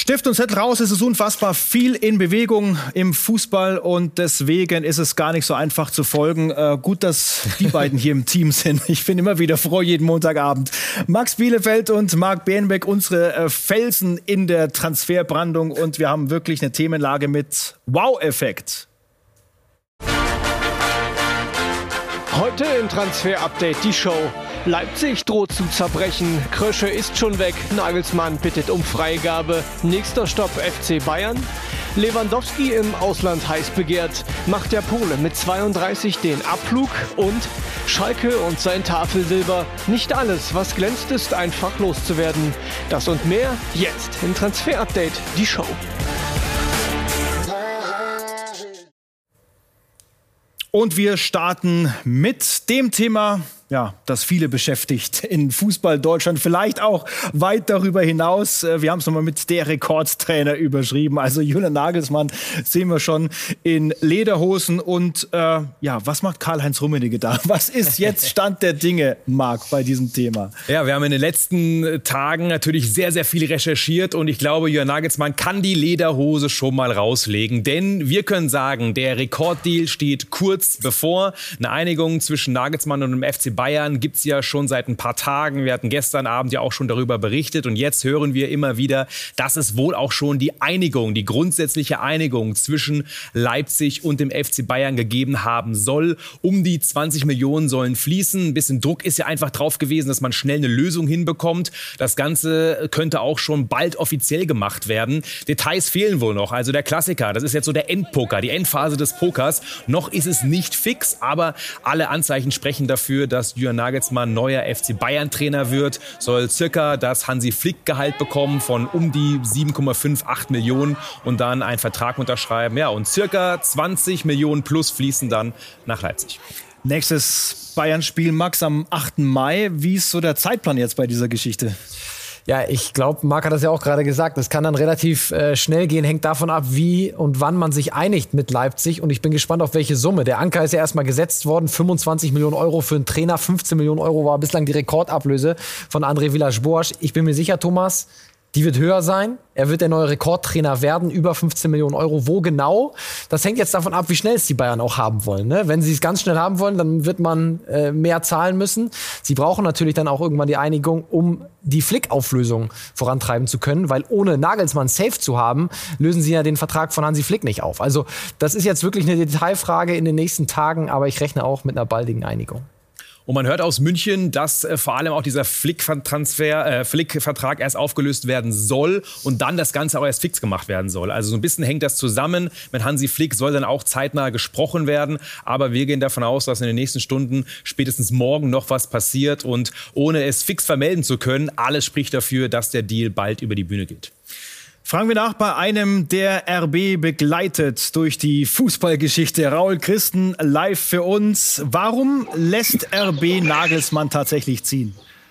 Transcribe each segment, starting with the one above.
Stift und Zettel raus, es ist unfassbar viel in Bewegung im Fußball und deswegen ist es gar nicht so einfach zu folgen. Gut, dass die beiden hier im Team sind. Ich bin immer wieder froh, jeden Montagabend. Max Bielefeld und Marc Bärenbeck, unsere Felsen in der Transferbrandung, und wir haben wirklich eine Themenlage mit Wow-Effekt. Heute im Transfer-Update die Show. Leipzig droht zu zerbrechen, Krösche ist schon weg, Nagelsmann bittet um Freigabe. Nächster Stopp FC Bayern. Lewandowski im Ausland heiß begehrt. Macht der Pole mit 32 den Abflug. Und Schalke und sein Tafelsilber. Nicht alles, was glänzt, ist einfach loszuwerden. Das und mehr jetzt im Transfer-Update die Show. Und wir starten mit dem Thema, das viele beschäftigt in Fußball Deutschland, vielleicht auch weit darüber hinaus. Wir haben es nochmal mit der Rekordtrainer überschrieben. Also Julian Nagelsmann sehen wir schon in Lederhosen. Und was macht Karl-Heinz Rummenigge da? Was ist jetzt Stand der Dinge, Marc, bei diesem Thema? Ja, wir haben in den letzten Tagen natürlich sehr, sehr viel recherchiert. Und ich glaube, Julian Nagelsmann kann die Lederhose schon mal rauslegen. Denn wir können sagen, der Rekorddeal steht kurz bevor. Eine Einigung zwischen Nagelsmann und dem FC Bayern gibt es ja schon seit ein paar Tagen. Wir hatten gestern Abend ja auch schon darüber berichtet. Und jetzt hören wir immer wieder, dass es wohl auch schon die grundsätzliche Einigung zwischen Leipzig und dem FC Bayern gegeben haben soll. Um die 20 Millionen sollen fließen. Ein bisschen Druck ist ja einfach drauf gewesen, dass man schnell eine Lösung hinbekommt. Das Ganze könnte auch schon bald offiziell gemacht werden. Details fehlen wohl noch. Also der Klassiker, das ist jetzt so der Endpoker, die Endphase des Pokers. Noch ist es nicht fix, aber alle Anzeichen sprechen dafür, dass Julian Nagelsmann neuer FC Bayern-Trainer wird, soll circa das Hansi-Flick-Gehalt bekommen von um die 7,58 Millionen und dann einen Vertrag unterschreiben. Ja, und circa 20 Millionen plus fließen dann nach Leipzig. Nächstes Bayern-Spiel, Max, am 8. Mai. Wie ist so der Zeitplan jetzt bei dieser Geschichte? Ja, ich glaube, Marc hat das ja auch gerade gesagt, das kann dann relativ schnell gehen, hängt davon ab, wie und wann man sich einigt mit Leipzig, und ich bin gespannt, auf welche Summe. Der Anker ist ja erstmal gesetzt worden, 25 Millionen Euro für einen Trainer, 15 Millionen Euro war bislang die Rekordablöse von André Villas-Boas. Ich bin mir sicher, Thomas, die wird höher sein. Er wird der neue Rekordtrainer werden, über 15 Millionen Euro. Wo genau? Das hängt jetzt davon ab, wie schnell es die Bayern auch haben wollen. Ne? Wenn sie es ganz schnell haben wollen, dann wird man mehr zahlen müssen. Sie brauchen natürlich dann auch irgendwann die Einigung, um die Flick-Auflösung vorantreiben zu können, weil ohne Nagelsmann safe zu haben, lösen sie ja den Vertrag von Hansi Flick nicht auf. Also das ist jetzt wirklich eine Detailfrage in den nächsten Tagen, aber ich rechne auch mit einer baldigen Einigung. Und man hört aus München, dass vor allem auch dieser Flick-Vertrag erst aufgelöst werden soll und dann das Ganze auch erst fix gemacht werden soll. Also so ein bisschen hängt das zusammen. Mit Hansi Flick soll dann auch zeitnah gesprochen werden. Aber wir gehen davon aus, dass in den nächsten Stunden, spätestens morgen, noch was passiert. Und ohne es fix vermelden zu können, alles spricht dafür, dass der Deal bald über die Bühne geht. Fragen wir nach bei einem, der RB begleitet durch die Fußballgeschichte. Raul Christen live für uns. Warum lässt RB Nagelsmann tatsächlich ziehen?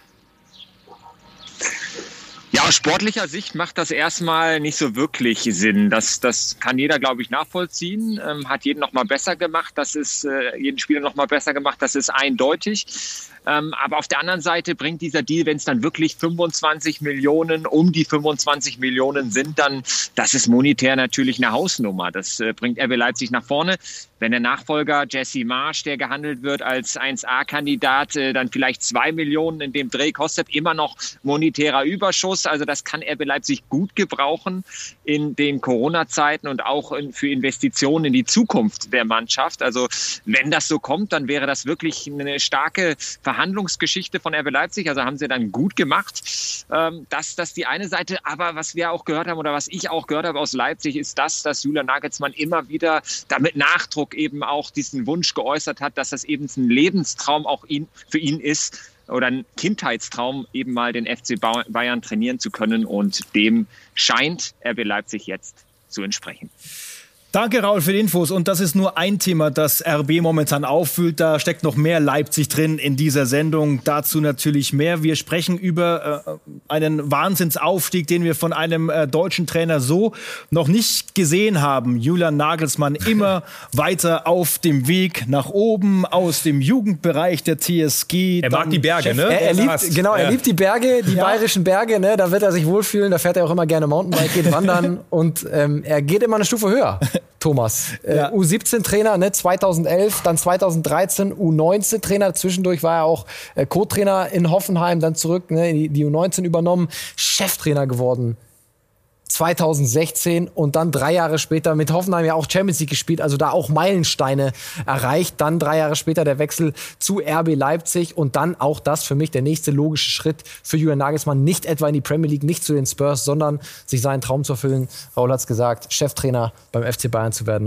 Ja, aus sportlicher Sicht macht das erstmal nicht so wirklich Sinn. Das kann jeder, glaube ich, nachvollziehen. Hat jeden noch mal besser gemacht. Jeden Spieler noch mal besser gemacht. Das ist eindeutig. Aber auf der anderen Seite bringt dieser Deal, wenn es dann wirklich 25 Millionen, um die 25 Millionen sind, dann, das ist monetär natürlich eine Hausnummer. Das bringt RB Leipzig nach vorne. Wenn der Nachfolger Jesse Marsch, der gehandelt wird als 1A-Kandidat, dann vielleicht 2 Millionen in dem Dreh kostet, immer noch monetärer Überschuss. Also das kann RB Leipzig gut gebrauchen in den Corona-Zeiten und auch für Investitionen in die Zukunft der Mannschaft. Also wenn das so kommt, dann wäre das wirklich eine starke Verhandlungsgeschichte von RB Leipzig. Also haben sie dann gut gemacht. Das die eine Seite. Aber was wir auch gehört haben oder was ich auch gehört habe aus Leipzig, ist dass Julian Nagelsmann immer wieder damit Nachdruck eben auch diesen Wunsch geäußert hat, dass das eben ein Lebenstraum auch für ihn ist oder ein Kindheitstraum, eben mal den FC Bayern trainieren zu können. Und dem scheint RB Leipzig jetzt zu entsprechen. Danke, Raul, für die Infos. Und das ist nur ein Thema, das RB momentan auffüllt. Da steckt noch mehr Leipzig drin in dieser Sendung. Dazu natürlich mehr. Wir sprechen über einen Wahnsinnsaufstieg, den wir von einem deutschen Trainer so noch nicht gesehen haben. Julian Nagelsmann immer weiter auf dem Weg nach oben aus dem Jugendbereich der TSG. Er mag die Berge, ne? Er liebt die Berge, die bayerischen Berge. Ne? Da wird er sich wohlfühlen. Da fährt er auch immer gerne Mountainbike, geht wandern. Und er geht immer eine Stufe höher. Thomas. U17-Trainer, ne, 2011, dann 2013 U19-Trainer. Zwischendurch war er auch Co-Trainer in Hoffenheim, dann zurück, ne, die U19 übernommen, Cheftrainer geworden 2016 und dann 3 Jahre später mit Hoffenheim ja auch Champions League gespielt, also da auch Meilensteine erreicht. Dann 3 Jahre später der Wechsel zu RB Leipzig und dann auch das für mich der nächste logische Schritt für Julian Nagelsmann. Nicht etwa in die Premier League, nicht zu den Spurs, sondern sich seinen Traum zu erfüllen. Raul hat's gesagt, Cheftrainer beim FC Bayern zu werden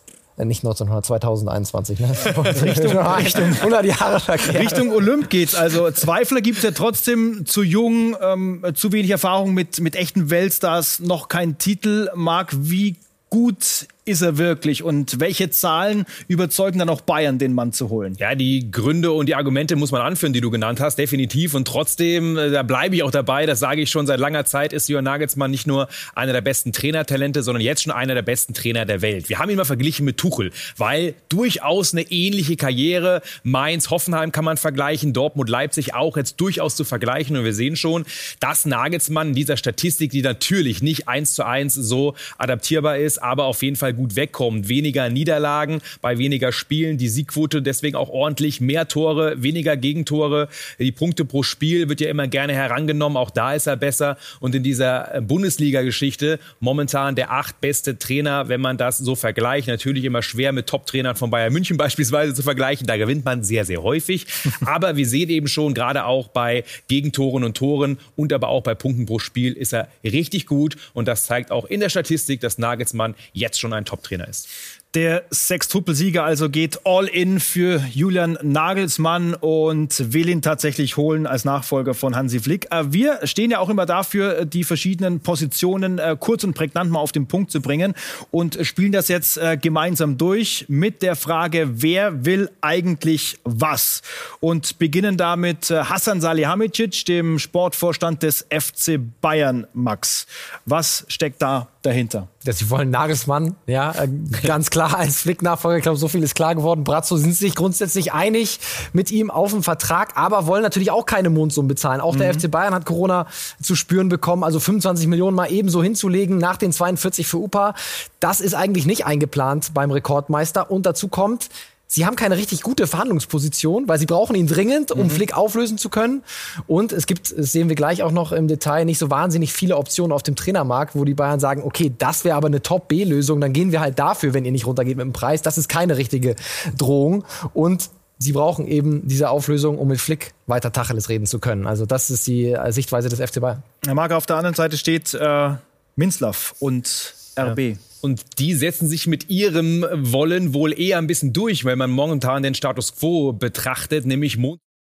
2021. Ne? Richtung 100 Jahre verkehrt. Richtung Olymp geht's. Also Zweifler gibt's ja trotzdem, zu jung, zu wenig Erfahrung mit echten Weltstars, noch kein Titel. Marc, wie gut ist er wirklich und welche Zahlen überzeugen dann auch Bayern, den Mann zu holen? Ja, die Gründe und die Argumente muss man anführen, die du genannt hast, definitiv. Und trotzdem, da bleibe ich auch dabei, das sage ich schon seit langer Zeit, ist Julian Nagelsmann nicht nur einer der besten Trainertalente, sondern jetzt schon einer der besten Trainer der Welt. Wir haben ihn mal verglichen mit Tuchel, weil durchaus eine ähnliche Karriere, Mainz, Hoffenheim kann man vergleichen, Dortmund, Leipzig auch jetzt durchaus zu vergleichen. Und wir sehen schon, dass Nagelsmann in dieser Statistik, die natürlich nicht 1:1 so adaptierbar ist, aber auf jeden Fall gut wegkommt. Weniger Niederlagen bei weniger Spielen, die Siegquote deswegen auch ordentlich, mehr Tore, weniger Gegentore. Die Punkte pro Spiel wird ja immer gerne herangenommen, auch da ist er besser. Und in dieser Bundesliga-Geschichte momentan der 8. beste Trainer, wenn man das so vergleicht. Natürlich immer schwer mit Top-Trainern von Bayern München beispielsweise zu vergleichen, da gewinnt man sehr, sehr häufig. Aber wir sehen eben schon, gerade auch bei Gegentoren und Toren und aber auch bei Punkten pro Spiel ist er richtig gut. Und das zeigt auch in der Statistik, dass Nagelsmann jetzt schon ein Top-Trainer ist. Der Sextuppelsieger also geht all in für Julian Nagelsmann und will ihn tatsächlich holen als Nachfolger von Hansi Flick. Wir stehen ja auch immer dafür, die verschiedenen Positionen kurz und prägnant mal auf den Punkt zu bringen und spielen das jetzt gemeinsam durch mit der Frage, wer will eigentlich was? Und beginnen da mit Hasan Salihamidzic, dem Sportvorstand des FC Bayern. Max, was steckt da dahinter? Sie wollen Nagelsmann, ja, ganz klar als Flick-Nachfolger. Ich glaube, so viel ist klar geworden. Brazzo sind sich grundsätzlich einig mit ihm auf dem Vertrag, aber wollen natürlich auch keine Mondsummen bezahlen. Auch der FC Bayern hat Corona zu spüren bekommen. Also 25 Millionen mal ebenso hinzulegen nach den 42 für UPA. Das ist eigentlich nicht eingeplant beim Rekordmeister. Und dazu kommt, sie haben keine richtig gute Verhandlungsposition, weil sie brauchen ihn dringend, um Flick auflösen zu können. Und es gibt, das sehen wir gleich auch noch im Detail, nicht so wahnsinnig viele Optionen auf dem Trainermarkt, wo die Bayern sagen, okay, das wäre aber eine Top-B-Lösung, dann gehen wir halt dafür, wenn ihr nicht runtergeht mit dem Preis. Das ist keine richtige Drohung. Und sie brauchen eben diese Auflösung, um mit Flick weiter Tacheles reden zu können. Also das ist die Sichtweise des FC Bayern. Herr Marc, auf der anderen Seite steht Minzlaff und RB. Ja. Und die setzen sich mit ihrem Wollen wohl eher ein bisschen durch, weil man momentan den Status quo betrachtet, nämlich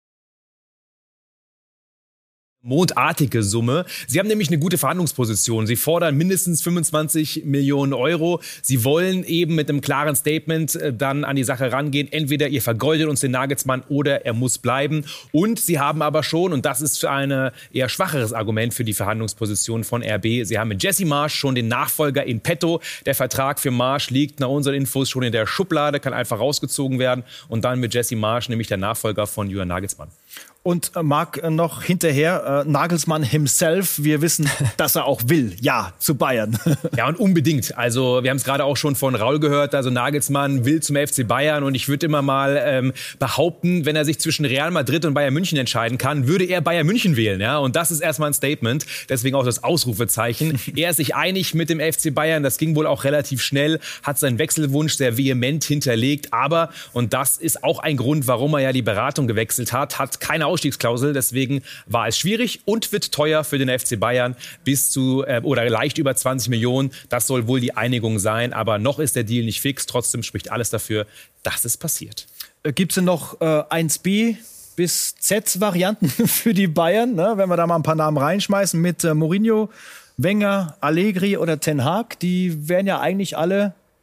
mondartige Summe. Sie haben nämlich eine gute Verhandlungsposition. Sie fordern mindestens 25 Millionen Euro. Sie wollen eben mit einem klaren Statement dann an die Sache rangehen. Entweder ihr vergoldet uns den Nagelsmann oder er muss bleiben. Und sie haben aber schon, und das ist ein eher schwacheres Argument für die Verhandlungsposition von RB, sie haben mit Jesse Marsch schon den Nachfolger in petto. Der Vertrag für Marsch liegt nach unseren Infos schon in der Schublade, kann einfach rausgezogen werden. Und dann mit Jesse Marsch, nämlich der Nachfolger von Julian Nagelsmann. Und Marc, noch hinterher, Nagelsmann himself, wir wissen, dass er auch will, ja, zu Bayern. Ja, und unbedingt. Also wir haben es gerade auch schon von Raul gehört, also Nagelsmann will zum FC Bayern und ich würde immer mal behaupten, wenn er sich zwischen Real Madrid und Bayern München entscheiden kann, würde er Bayern München wählen. Ja? Und das ist erstmal ein Statement, deswegen auch das Ausrufezeichen. Er ist sich einig mit dem FC Bayern, das ging wohl auch relativ schnell, hat seinen Wechselwunsch sehr vehement hinterlegt, aber, und das ist auch ein Grund, warum er ja die Beratung gewechselt hat keine Ausstiegsklausel, deswegen war es schwierig und wird teuer für den FC Bayern bis zu oder leicht über 20 Millionen. Das soll wohl die Einigung sein, aber noch ist der Deal nicht fix. Trotzdem spricht alles dafür, dass es passiert. Gibt es denn noch 1B bis Z-Varianten für die Bayern? Ne? Wenn wir da mal ein paar Namen reinschmeißen mit Mourinho, Wenger, Allegri oder Ten Hag, die wären ja eigentlich alle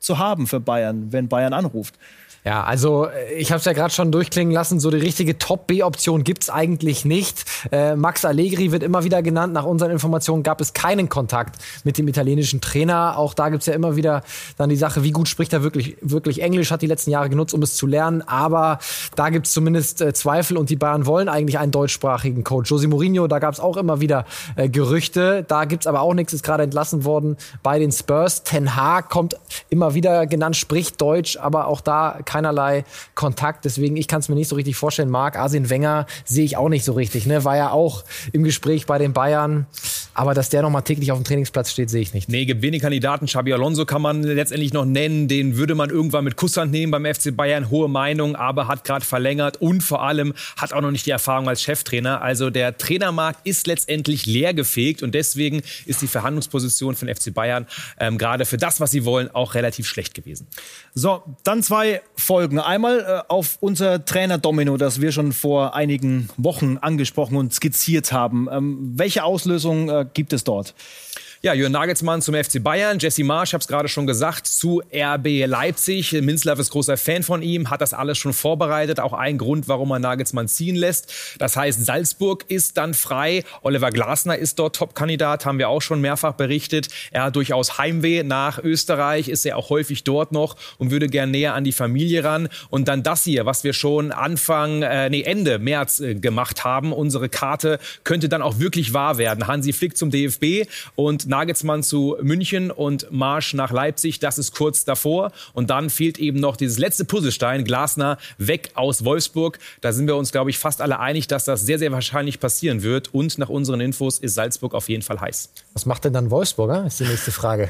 zu haben für Bayern, wenn Bayern anruft. Ja, also ich habe es ja gerade schon durchklingen lassen, so die richtige Top-B-Option gibt's eigentlich nicht. Max Allegri wird immer wieder genannt. Nach unseren Informationen gab es keinen Kontakt mit dem italienischen Trainer. Auch da gibt's ja immer wieder dann die Sache, wie gut spricht er wirklich Englisch, hat die letzten Jahre genutzt, um es zu lernen. Aber da gibt's zumindest Zweifel und die Bayern wollen eigentlich einen deutschsprachigen Coach. José Mourinho, da gab's auch immer wieder Gerüchte. Da gibt's aber auch nichts, ist gerade entlassen worden bei den Spurs. Ten Hag kommt immer wieder genannt, spricht Deutsch, aber auch da keinerlei Kontakt. Deswegen, ich kann es mir nicht so richtig vorstellen. Marc Arsene Wenger sehe ich auch nicht so richtig. Ne? War ja auch im Gespräch bei den Bayern. Aber dass der noch mal täglich auf dem Trainingsplatz steht, sehe ich nicht. Nee, gibt wenig Kandidaten. Xabi Alonso kann man letztendlich noch nennen. Den würde man irgendwann mit Kusshand nehmen beim FC Bayern. Hohe Meinung, aber hat gerade verlängert und vor allem hat auch noch nicht die Erfahrung als Cheftrainer. Also der Trainermarkt ist letztendlich leergefegt und deswegen ist die Verhandlungsposition von FC Bayern gerade für das, was sie wollen, auch relativ schlecht gewesen. So, dann 2 Folgen. Einmal auf unser Trainer-Domino, das wir schon vor einigen Wochen angesprochen und skizziert haben. Welche Auslösung gibt es dort? Ja, Jürgen Nagelsmann zum FC Bayern, Jesse Marsch, ich habe es gerade schon gesagt, zu RB Leipzig. Minzlaff ist großer Fan von ihm, hat das alles schon vorbereitet. Auch ein Grund, warum man Nagelsmann ziehen lässt. Das heißt, Salzburg ist dann frei. Oliver Glasner ist dort Top-Kandidat, haben wir auch schon mehrfach berichtet. Er hat durchaus Heimweh nach Österreich, ist er auch häufig dort noch und würde gern näher an die Familie ran. Und dann das hier, was wir schon Ende März gemacht haben. Unsere Karte könnte dann auch wirklich wahr werden. Hansi Flick zum DFB und Nagelsmann zu München und Marsch nach Leipzig, das ist kurz davor. Und dann fehlt eben noch dieses letzte Puzzlestein, Glasner weg aus Wolfsburg. Da sind wir uns, glaube ich, fast alle einig, dass das sehr, sehr wahrscheinlich passieren wird. Und nach unseren Infos ist Salzburg auf jeden Fall heiß. Was macht denn dann Wolfsburger? Ist die nächste Frage.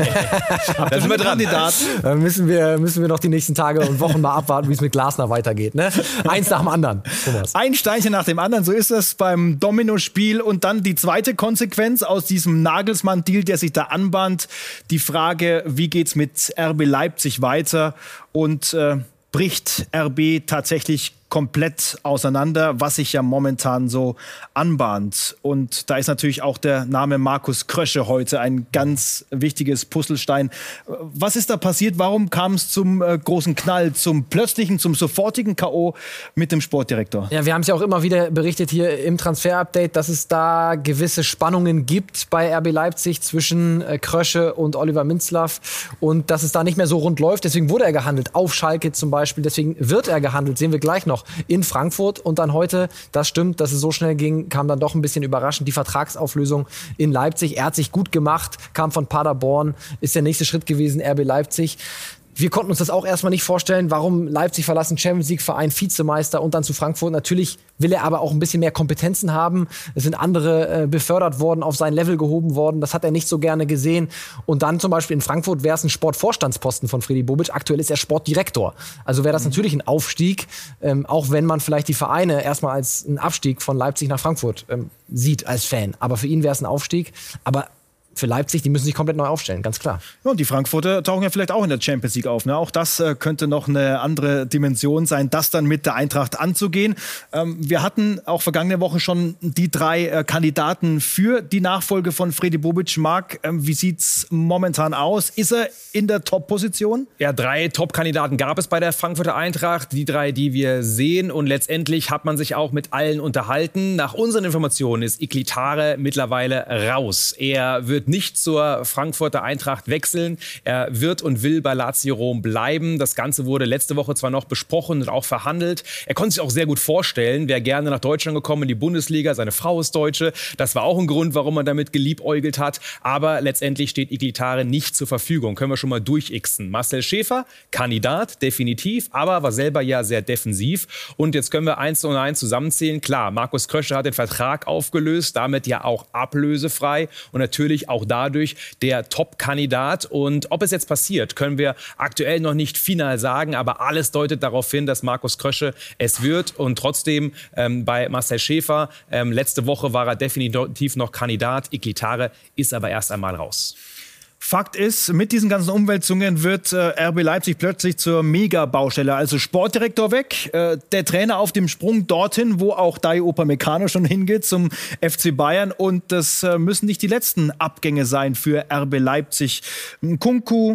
Da sind wir dran. Dann müssen wir noch die nächsten Tage und Wochen mal abwarten, wie es mit Glasner weitergeht. Ne? Eins nach dem anderen, Thomas. Ein Steinchen nach dem anderen, so ist es beim Domino-Spiel. Und dann die zweite Konsequenz aus diesem Nagelsmann-Deal, der sich da anbahnt. Die Frage, wie geht's mit RB Leipzig weiter? Und bricht RB tatsächlich komplett auseinander, was sich ja momentan so anbahnt. Und da ist natürlich auch der Name Markus Krösche heute ein ganz wichtiges Puzzlestein. Was ist da passiert? Warum kam es zum großen Knall, zum sofortigen K.O. mit dem Sportdirektor? Ja, wir haben es ja auch immer wieder berichtet hier im Transfer-Update, dass es da gewisse Spannungen gibt bei RB Leipzig zwischen Krösche und Oliver Minzlaff und dass es da nicht mehr so rund läuft. Deswegen wurde er gehandelt, auf Schalke zum Beispiel. Deswegen wird er gehandelt, sehen wir gleich noch, in Frankfurt. Und dann heute, das stimmt, dass es so schnell ging, kam dann doch ein bisschen überraschend die Vertragsauflösung in Leipzig. Er hat sich gut gemacht, kam von Paderborn, ist der nächste Schritt gewesen, RB Leipzig. Wir konnten uns das auch erstmal nicht vorstellen, warum Leipzig verlassen, Champions League Verein, Vizemeister und dann zu Frankfurt. Natürlich will er aber auch ein bisschen mehr Kompetenzen haben. Es sind andere befördert worden, auf sein Level gehoben worden. Das hat er nicht so gerne gesehen. Und dann zum Beispiel in Frankfurt wäre es ein Sportvorstandsposten von Freddy Bobic. Aktuell ist er Sportdirektor. Also wäre das natürlich ein Aufstieg, auch wenn man vielleicht die Vereine erstmal als einen Abstieg von Leipzig nach Frankfurt sieht als Fan. Aber für ihn wäre es ein Aufstieg. Aber für Leipzig, die müssen sich komplett neu aufstellen, ganz klar. Ja, und die Frankfurter tauchen ja vielleicht auch in der Champions League auf. Ne? Auch das könnte noch eine andere Dimension sein, das dann mit der Eintracht anzugehen. Wir hatten auch vergangene Woche schon die 3 Kandidaten für die Nachfolge von Freddy Bobic. Marc, wie sieht's momentan aus? Ist er in der Top-Position? Ja, 3 Top-Kandidaten gab es bei der Frankfurter Eintracht. Die 3, die wir sehen. Und letztendlich hat man sich auch mit allen unterhalten. Nach unseren Informationen ist Iglitare mittlerweile raus. Er wird nicht zur Frankfurter Eintracht wechseln. Er wird und will bei Lazio Rom bleiben. Das Ganze wurde letzte Woche zwar noch besprochen und auch verhandelt. Er konnte sich auch sehr gut vorstellen, wäre gerne nach Deutschland gekommen in die Bundesliga. Seine Frau ist Deutsche. Das war auch ein Grund, warum man damit geliebäugelt hat. Aber letztendlich steht Iglitare nicht zur Verfügung. Können wir schon mal durchixen. Marcel Schäfer, Kandidat, definitiv, aber war selber ja sehr defensiv. Und jetzt können wir 1 und 1 zusammenzählen. Klar, Markus Krösche hat den Vertrag aufgelöst, damit ja auch ablösefrei und natürlich auch dadurch der Top-Kandidat. Und ob es jetzt passiert, können wir aktuell noch nicht final sagen, aber alles deutet darauf hin, dass Markus Krösche es wird. Und trotzdem bei Marcel Schäfer, letzte Woche war er definitiv noch Kandidat. Iglitare ist aber erst einmal raus. Fakt ist, mit diesen ganzen Umwälzungen wird RB Leipzig plötzlich zur Mega-Baustelle. Also Sportdirektor weg, der Trainer auf dem Sprung dorthin, wo auch Dayot Upamecano schon hingeht, zum FC Bayern. Und das müssen nicht die letzten Abgänge sein für RB Leipzig. Nkunku,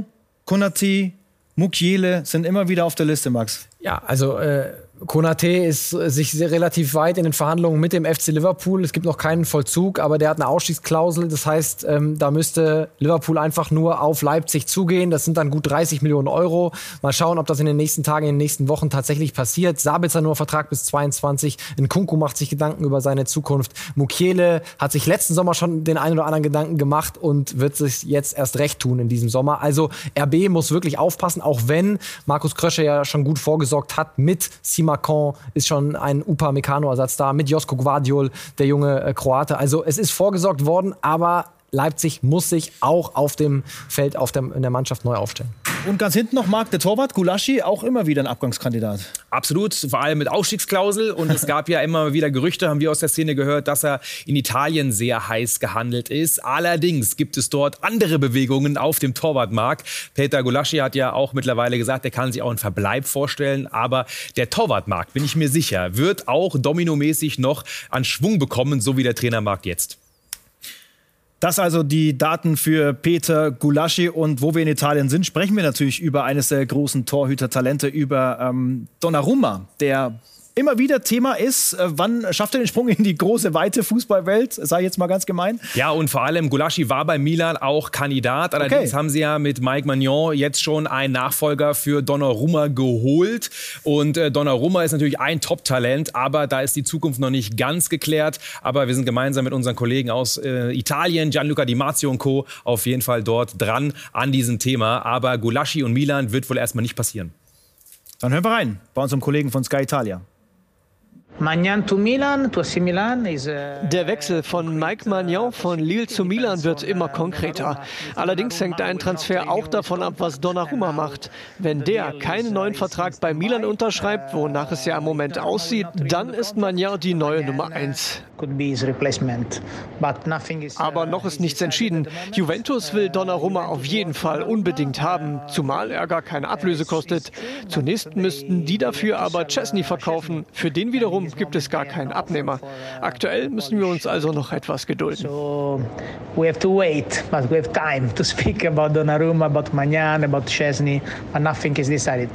Konaté, Mukiele sind immer wieder auf der Liste, Max. Ja, also Konaté ist sich relativ weit in den Verhandlungen mit dem FC Liverpool. Es gibt noch keinen Vollzug, aber der hat eine Ausstiegsklausel. Das heißt, da müsste Liverpool einfach nur auf Leipzig zugehen. Das sind dann gut 30 Millionen Euro. Mal schauen, ob das in den nächsten Tagen, in den nächsten Wochen tatsächlich passiert. Sabitzer nur Vertrag bis 22. Nkunku macht sich Gedanken über seine Zukunft. Mukiele hat sich letzten Sommer schon den einen oder anderen Gedanken gemacht und wird sich jetzt erst recht tun in diesem Sommer. Also RB muss wirklich aufpassen, auch wenn Markus Krösche ja schon gut vorgesorgt hat mit Simakan, ist schon ein Upamecano-Ersatz da, mit Josko Gvardiol, der junge Kroate. Also es ist vorgesorgt worden, aber Leipzig muss sich auch auf dem Feld in der Mannschaft neu aufstellen. Und ganz hinten noch Marc, der Torwart, Gulaschi, auch immer wieder ein Abgangskandidat. Absolut, vor allem mit Ausstiegsklausel. Und es gab ja immer wieder Gerüchte, haben wir aus der Szene gehört, dass er in Italien sehr heiß gehandelt ist. Allerdings gibt es dort andere Bewegungen auf dem Torwartmarkt. Peter Gulaschi hat ja auch mittlerweile gesagt, er kann sich auch einen Verbleib vorstellen. Aber der Torwartmarkt, bin ich mir sicher, wird auch dominomäßig noch an Schwung bekommen, so wie der Trainermarkt jetzt. Das also die Daten für Peter Gulaschi. Und wo wir in Italien sind, sprechen wir natürlich über eines der großen Torhüter-Talente, über Donnarumma, der immer wieder Thema ist. Wann schafft er den Sprung in die große, weite Fußballwelt? Sei jetzt mal ganz gemein. Ja, und vor allem Gulaschi war bei Milan auch Kandidat. Allerdings haben sie ja mit Mike Maignan jetzt schon einen Nachfolger für Donnarumma geholt. Und Donnarumma ist natürlich ein Top-Talent, aber da ist die Zukunft noch nicht ganz geklärt. Aber wir sind gemeinsam mit unseren Kollegen aus Italien, Gianluca Di Marzio und Co., auf jeden Fall dort dran an diesem Thema. Aber Gulaschi und Milan wird wohl erstmal nicht passieren. Dann hören wir rein bei unserem Kollegen von Sky Italia. Der Wechsel von Mike Maignan von Lille zu Milan wird immer konkreter. Allerdings hängt ein Transfer auch davon ab, was Donnarumma macht. Wenn der keinen neuen Vertrag bei Milan unterschreibt, wonach es ja im Moment aussieht, dann ist Maignan die neue Nummer 1. Aber noch ist nichts entschieden. Juventus will Donnarumma auf jeden Fall unbedingt haben, zumal er gar keine Ablöse kostet. Zunächst müssten die dafür aber Szczesny verkaufen. Für den wiederum gibt es gar keinen Abnehmer. Aktuell müssen wir uns also noch etwas gedulden. So we have to wait, but we have time to speak about Donnarumma, about Maignan, about Szczesny, but nothing is decided.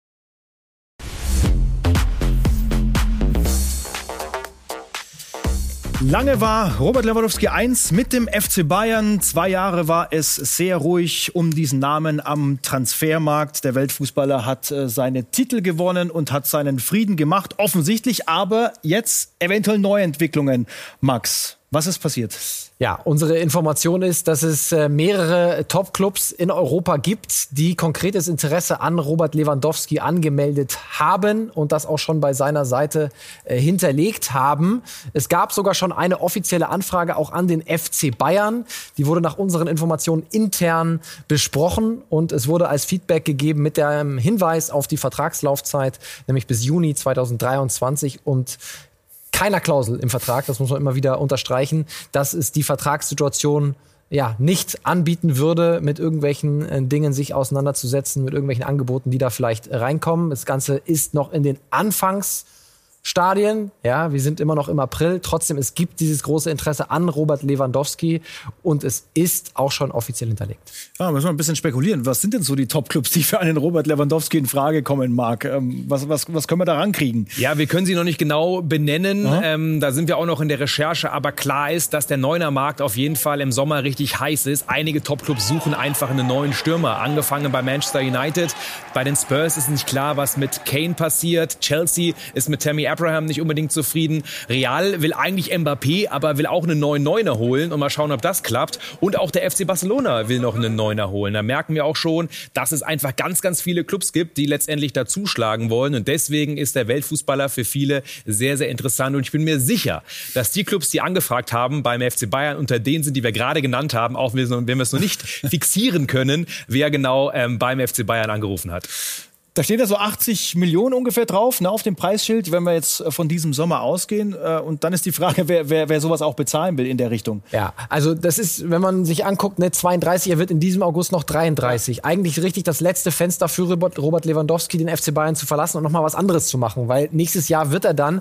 Lange war Robert Lewandowski 1 mit dem FC Bayern. 2 Jahre war es sehr ruhig um diesen Namen am Transfermarkt. Der Weltfußballer hat seine Titel gewonnen und hat seinen Frieden gemacht, offensichtlich. Aber jetzt eventuell Neuentwicklungen. Max, was ist passiert? Ja, unsere Information ist, dass es mehrere Top-Clubs in Europa gibt, die konkretes Interesse an Robert Lewandowski angemeldet haben und das auch schon bei seiner Seite hinterlegt haben. Es gab sogar schon eine offizielle Anfrage auch an den FC Bayern. Die wurde nach unseren Informationen intern besprochen und es wurde als Feedback gegeben mit dem Hinweis auf die Vertragslaufzeit, nämlich bis Juni 2023 und keiner Klausel im Vertrag, das muss man immer wieder unterstreichen, dass es die Vertragssituation nicht anbieten würde, mit irgendwelchen Dingen sich auseinanderzusetzen, mit irgendwelchen Angeboten, die da vielleicht reinkommen. Das Ganze ist noch in den Anfangsstadien. Ja, wir sind immer noch im April. Trotzdem, es gibt dieses große Interesse an Robert Lewandowski und es ist auch schon offiziell hinterlegt. Ja, müssen wir ein bisschen spekulieren. Was sind denn so die Top-Clubs, die für einen Robert Lewandowski in Frage kommen, Marc? Was können wir da rankriegen? Ja, wir können sie noch nicht genau benennen. Da sind wir auch noch in der Recherche. Aber klar ist, dass der Neuner-Markt auf jeden Fall im Sommer richtig heiß ist. Einige Top-Clubs suchen einfach einen neuen Stürmer. Angefangen bei Manchester United. Bei den Spurs ist nicht klar, was mit Kane passiert. Chelsea ist mit Tammy Abraham nicht unbedingt zufrieden. Real will eigentlich Mbappé, aber will auch einen neuen Neuner holen. Und mal schauen, ob das klappt. Und auch der FC Barcelona will noch einen Neuner holen. Da merken wir auch schon, dass es einfach ganz, ganz viele Clubs gibt, die letztendlich da zuschlagen wollen. Und deswegen ist der Weltfußballer für viele sehr, sehr interessant. Und ich bin mir sicher, dass die Clubs, die angefragt haben beim FC Bayern, unter denen sind, die wir gerade genannt haben, auch wenn wir es noch nicht fixieren können, wer genau beim FC Bayern angerufen hat. Da steht ja so 80 Millionen ungefähr drauf, ne, auf dem Preisschild, wenn wir jetzt von diesem Sommer ausgehen. Und dann ist die Frage, wer sowas auch bezahlen will in der Richtung. Ja, also das ist, wenn man sich anguckt, ne, 32, er wird in diesem August noch 33. Eigentlich richtig das letzte Fenster für Robert Lewandowski, den FC Bayern zu verlassen und nochmal was anderes zu machen. Weil nächstes Jahr wird er dann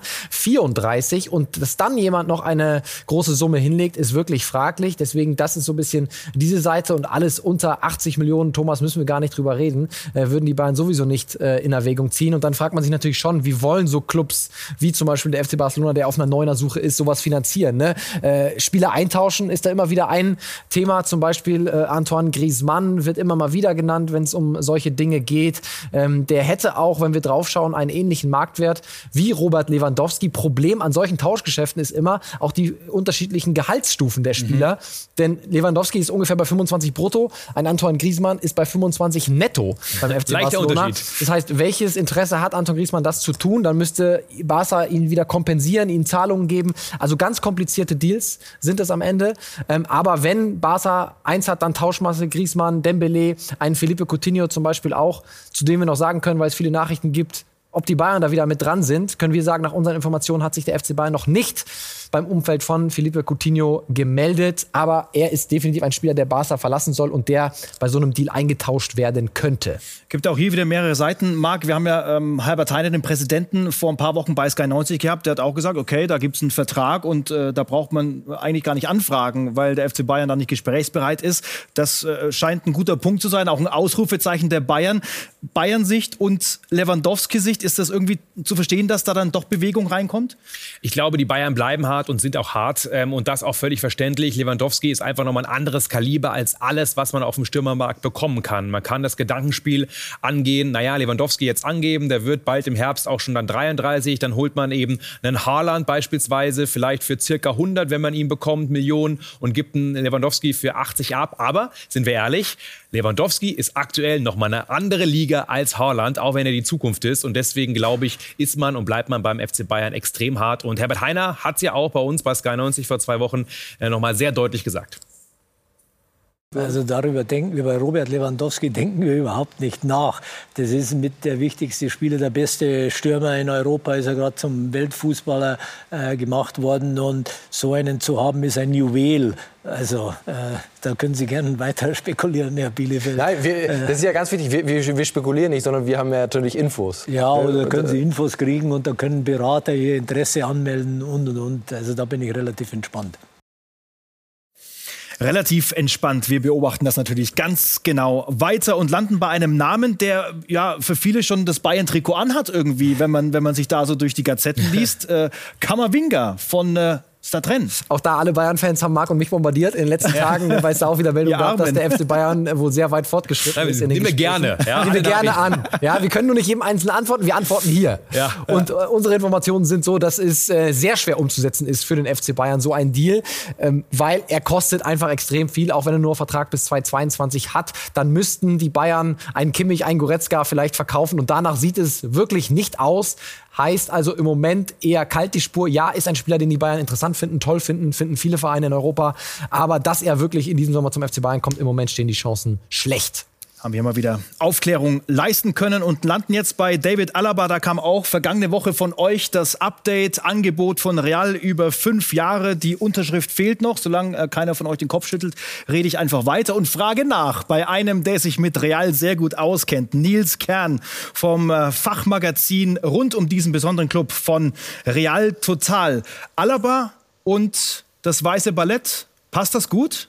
34 und dass dann jemand noch eine große Summe hinlegt, ist wirklich fraglich. Deswegen, das ist so ein bisschen diese Seite und alles unter 80 Millionen, Thomas, müssen wir gar nicht drüber reden, würden die Bayern sowieso nicht in Erwägung ziehen. Und dann fragt man sich natürlich schon, wie wollen so Clubs wie zum Beispiel der FC Barcelona, der auf einer Neuner-Suche ist, sowas finanzieren. Ne? Spieler eintauschen ist da immer wieder ein Thema. Zum Beispiel Antoine Griezmann wird immer mal wieder genannt, wenn es um solche Dinge geht. Der hätte auch, wenn wir draufschauen, einen ähnlichen Marktwert wie Robert Lewandowski. Problem an solchen Tauschgeschäften ist immer auch die unterschiedlichen Gehaltsstufen der Spieler. Denn Lewandowski ist ungefähr bei 25 brutto, ein Antoine Griezmann ist bei 25 netto beim FC Leichter Barcelona. Unterschied. Das heißt, welches Interesse hat Antoine Griezmann, das zu tun? Dann müsste Barca ihn wieder kompensieren, ihm Zahlungen geben. Also ganz komplizierte Deals sind es am Ende. Aber wenn Barca eins hat, dann Tauschmasse, Griezmann, Dembélé, einen Felipe Coutinho zum Beispiel auch, zu dem wir noch sagen können, weil es viele Nachrichten gibt, ob die Bayern da wieder mit dran sind, können wir sagen, nach unseren Informationen hat sich der FC Bayern noch nicht beim Umfeld von Felipe Coutinho gemeldet. Aber er ist definitiv ein Spieler, der Barca verlassen soll und der bei so einem Deal eingetauscht werden könnte. Gibt auch hier wieder mehrere Seiten. Marc, wir haben ja Herbert Heine, den Präsidenten, vor ein paar Wochen bei Sky 90 gehabt. Der hat auch gesagt, okay, da gibt es einen Vertrag und da braucht man eigentlich gar nicht anfragen, weil der FC Bayern da nicht gesprächsbereit ist. Das scheint ein guter Punkt zu sein, auch ein Ausrufezeichen der Bayern. Bayern-Sicht und Lewandowski-Sicht, ist das irgendwie zu verstehen, dass da dann doch Bewegung reinkommt? Ich glaube, die Bayern bleiben hart und sind auch hart und das auch völlig verständlich. Lewandowski ist einfach nochmal ein anderes Kaliber als alles, was man auf dem Stürmermarkt bekommen kann. Man kann das Gedankenspiel angehen, naja, Lewandowski jetzt angeben, der wird bald im Herbst auch schon dann 33, dann holt man eben einen Haaland beispielsweise, vielleicht für circa 100, wenn man ihn bekommt, Millionen und gibt einen Lewandowski für 80 ab. Aber, sind wir ehrlich, Lewandowski ist aktuell nochmal eine andere Liga als Haaland, auch wenn er die Zukunft ist. Und deswegen, glaube ich, ist man und bleibt man beim FC Bayern extrem hart. Und Herbert Heiner hat es ja auch bei uns bei Sky 90 vor 2 Wochen nochmal sehr deutlich gesagt. Also darüber denken wir bei Robert Lewandowski denken wir überhaupt nicht nach. Das ist mit der wichtigste Spieler, der beste Stürmer in Europa, ist er gerade zum Weltfußballer gemacht worden. Und so einen zu haben, ist ein Juwel. Also da können Sie gerne weiter spekulieren, Herr Bielefeld. Nein, das ist ja ganz wichtig. Wir spekulieren nicht, sondern wir haben ja natürlich Infos. Ja, oder können Sie Infos kriegen und da können Berater ihr Interesse anmelden und. Also da bin ich relativ entspannt. Relativ entspannt. Wir beobachten das natürlich ganz genau weiter und landen bei einem Namen, der ja für viele schon das Bayern-Trikot anhat irgendwie, wenn man sich da so durch die Gazetten liest. Camavinga von Stadtrenn. Auch da alle Bayern-Fans haben Marc und mich bombardiert in den letzten Tagen, weil es da auch wieder Meldungen gab, dass der FC Bayern wohl sehr weit fortgeschritten ist. Nehmen wir gerne. Ja, nehmen wir gerne an. Ja, wir können nur nicht jedem Einzelnen antworten, wir antworten hier. Ja. Und unsere Informationen sind so, dass es sehr schwer umzusetzen ist für den FC Bayern, so ein Deal, weil er kostet einfach extrem viel, auch wenn er nur einen Vertrag bis 2022 hat. Dann müssten die Bayern einen Kimmich, einen Goretzka vielleicht verkaufen und danach sieht es wirklich nicht aus. Heißt also im Moment eher kalt die Spur. Ja, ist ein Spieler, den die Bayern interessant finden, toll finden viele Vereine in Europa. Aber dass er wirklich in diesem Sommer zum FC Bayern kommt, im Moment stehen die Chancen schlecht. Haben wir mal wieder Aufklärung leisten können und landen jetzt bei David Alaba. Da kam auch vergangene Woche von euch das Update-Angebot von Real über 5 Jahre. Die Unterschrift fehlt noch. Solange keiner von euch den Kopf schüttelt, rede ich einfach weiter und frage nach bei einem, der sich mit Real sehr gut auskennt. Nils Kern vom Fachmagazin rund um diesen besonderen Club von Real Total. Alaba und das Weiße Ballett, passt das gut?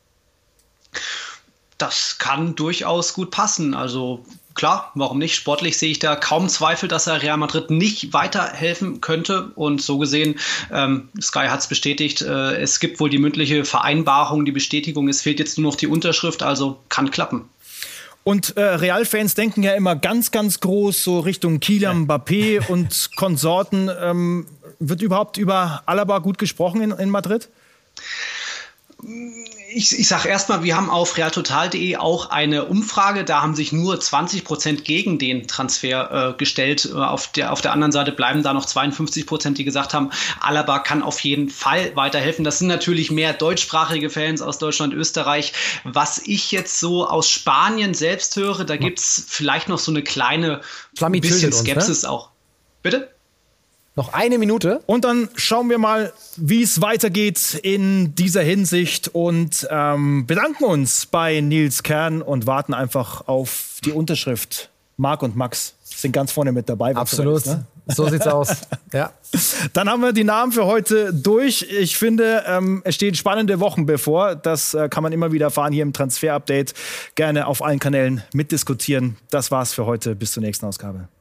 Das kann durchaus gut passen. Also klar, warum nicht? Sportlich sehe ich da kaum Zweifel, dass er Real Madrid nicht weiterhelfen könnte. Und so gesehen, Sky hat es bestätigt, es gibt wohl die mündliche Vereinbarung, die Bestätigung. Es fehlt jetzt nur noch die Unterschrift, also kann klappen. Und Real-Fans denken ja immer ganz, ganz groß, so Richtung Kylian Mbappé und Konsorten. Wird überhaupt über Alaba gut gesprochen in Madrid? Ich sage erstmal, wir haben auf realtotal.de auch eine Umfrage. Da haben sich nur 20% gegen den Transfer gestellt. Auf der anderen Seite bleiben da noch 52%, die gesagt haben, Alaba kann auf jeden Fall weiterhelfen. Das sind natürlich mehr deutschsprachige Fans aus Deutschland, Österreich. Was ich jetzt so aus Spanien selbst höre, da gibt's vielleicht noch so eine kleine bisschen Skepsis uns, ne? Auch. Bitte? Noch eine Minute. Und dann schauen wir mal, wie es weitergeht in dieser Hinsicht und bedanken uns bei Nils Kern und warten einfach auf die Unterschrift. Marc und Max sind ganz vorne mit dabei. Absolut. Ne? So sieht's aus. Ja. Dann haben wir die Namen für heute durch. Ich finde, es stehen spannende Wochen bevor. Das kann man immer wieder erfahren hier im Transfer-Update. Gerne auf allen Kanälen mitdiskutieren. Das war's für heute. Bis zur nächsten Ausgabe.